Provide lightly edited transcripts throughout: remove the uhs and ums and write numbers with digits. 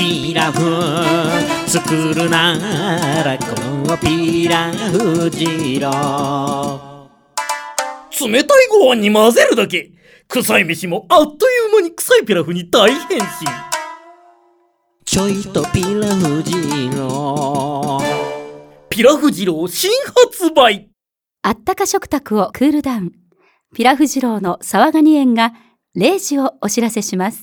ピラフ作るならこのピラフ二郎。 冷たいご飯に混ぜるだけ、臭い飯もあっという間に臭いピラフに大変身。 ちょいとピラフ二郎。 ピラフ二郎新発売。 あったか食卓をクールダウン。ピラフ二郎の沢ガニ園が0時をお知らせします。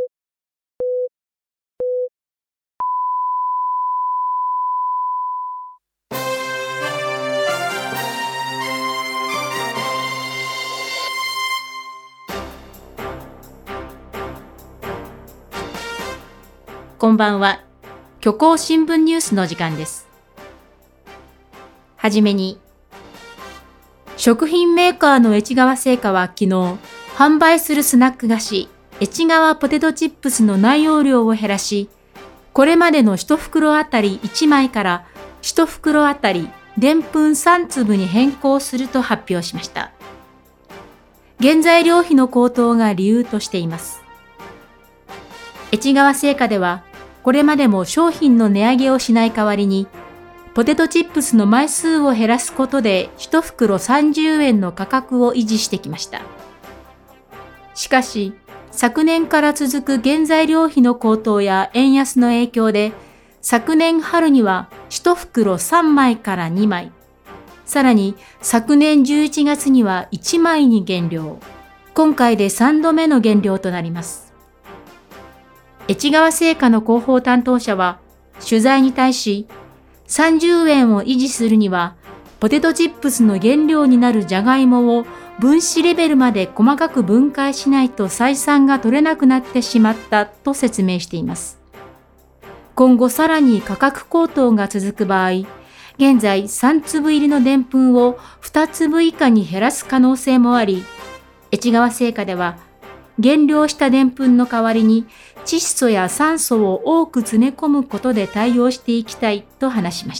こんばんは。虚構新聞ニュースの時間です。はじめに、食品メーカーの越川製菓は昨日、販売するスナック菓子、越川ポテトチップスの内容量を減らし、これまでの1袋あたり1枚から1袋あたりでんぷん3粒に変更すると発表しました。原材料費の高騰が理由としています。越川製菓では、これまでも商品の値上げをしない代わりに、ポテトチップスの枚数を減らすことで1袋30円の価格を維持してきました。しかし、昨年から続く原材料費の高騰や円安の影響で、昨年春には1袋3枚から2枚、さらに昨年11月には1枚に減量、今回で3度目の減量となります。越川製菓の広報担当者は、取材に対し、30円を維持するには、ポテトチップスの原料になるじゃがいもを分子レベルまで細かく分解しないと採算が取れなくなってしまったと説明しています。今後さらに価格高騰が続く場合、現在3粒入りのでんぷんを2粒以下に減らす可能性もあり、越川製菓では、減量したでんぷんの代わりに窒素や酸素を多く詰め込むことで対応していきたいと話しました。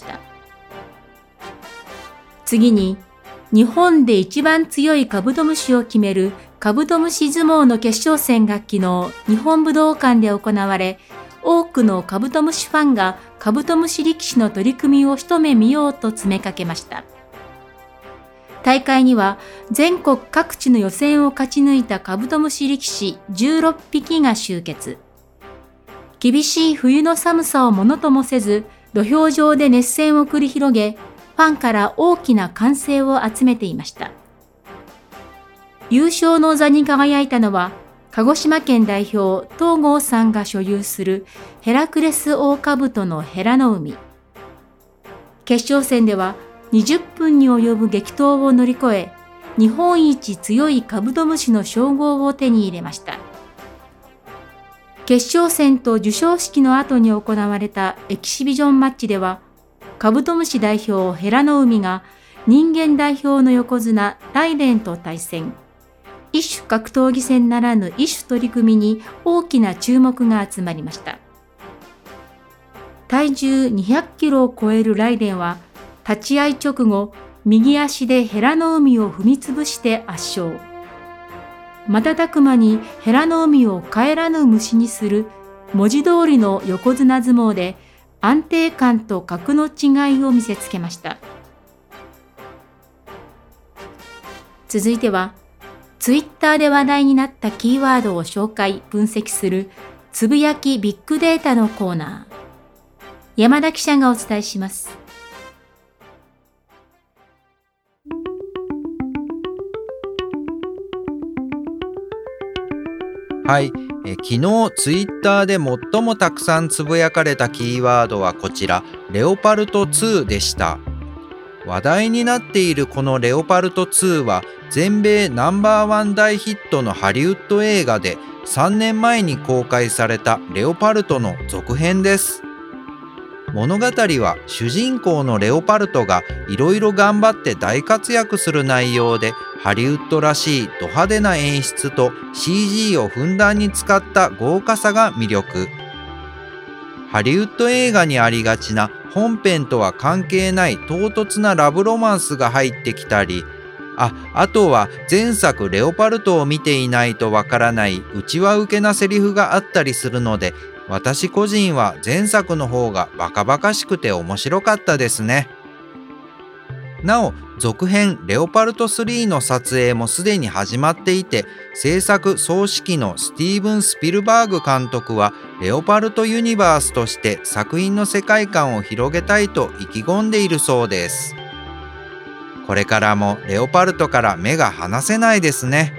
次に、日本で一番強いカブトムシを決めるカブトムシ相撲の決勝戦が昨日、日本武道館で行われ、多くのカブトムシファンがカブトムシ力士の取り組みを一目見ようと詰めかけました。大会には全国各地の予選を勝ち抜いたカブトムシ力士16匹が集結。厳しい冬の寒さをものともせず、土俵上で熱戦を繰り広げ、ファンから大きな歓声を集めていました。優勝の座に輝いたのは、鹿児島県代表東郷さんが所有するヘラクレスオオカブトのヘラの海。決勝戦では、20分に及ぶ激闘を乗り越え、日本一強いカブトムシの称号を手に入れました。決勝戦と授賞式の後に行われたエキシビジョンマッチでは、カブトムシ代表ヘラの海が人間代表の横綱ライデンと対戦。異種格闘技戦ならぬ異種取り組みに大きな注目が集まりました。体重200キロを超えるライデンは、立ち合い直後、右足でヘラの海を踏みつぶして圧勝。瞬く間にヘラの海を帰らぬ虫にする文字通りの横綱相撲で安定感と格の違いを見せつけました。続いては、ツイッターで話題になったキーワードを紹介・分析するつぶやきビッグデータのコーナー。山田記者がお伝えします。 はい、昨日ツイッターで最もたくさんつぶやかれたキーワードはこちら、レオパルト2でした。話題になっているこのレオパルト2は全米ナンバーワン大ヒットのハリウッド映画で3年前に公開されたレオパルトの続編です。物語は主人公のレオパルトがいろいろ頑張って大活躍する内容で、ハリウッドらしいド派手な演出と CG をふんだんに使った豪華さが魅力。ハリウッド映画にありがちな本編とは関係ない唐突なラブロマンスが入ってきたり、あとは前作レオパルトを見ていないとわからない内輪受けなセリフがあったりするので、 私個人は前作の方がバカバカしくて面白かったですね。なお、続編レオパルト3の撮影もすでに始まっていて、制作総指揮のスティーブン・スピルバーグ監督はレオパルトユニバースとして作品の世界観を広げたいと意気込んでいるそうです。これからもレオパルトから目が離せないですね。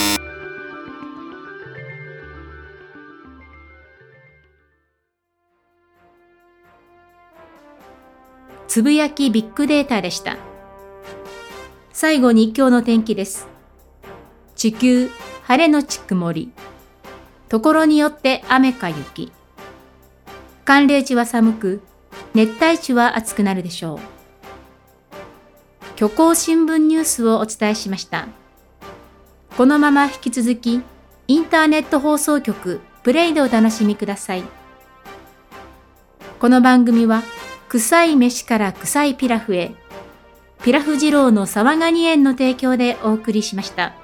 つぶやきビッグデータでした。最後に今日の天気です。地球、晴れのち曇り。ところによって雨か雪。寒冷地は寒く、熱帯地は暑くなるでしょう。虚構新聞ニュースをお伝えしました。このまま引き続き、インターネット放送局プレイでお楽しみください。この番組は、臭い飯から臭いピラフへ、ピラフ二郎の沢ガニ園の提供でお送りしました。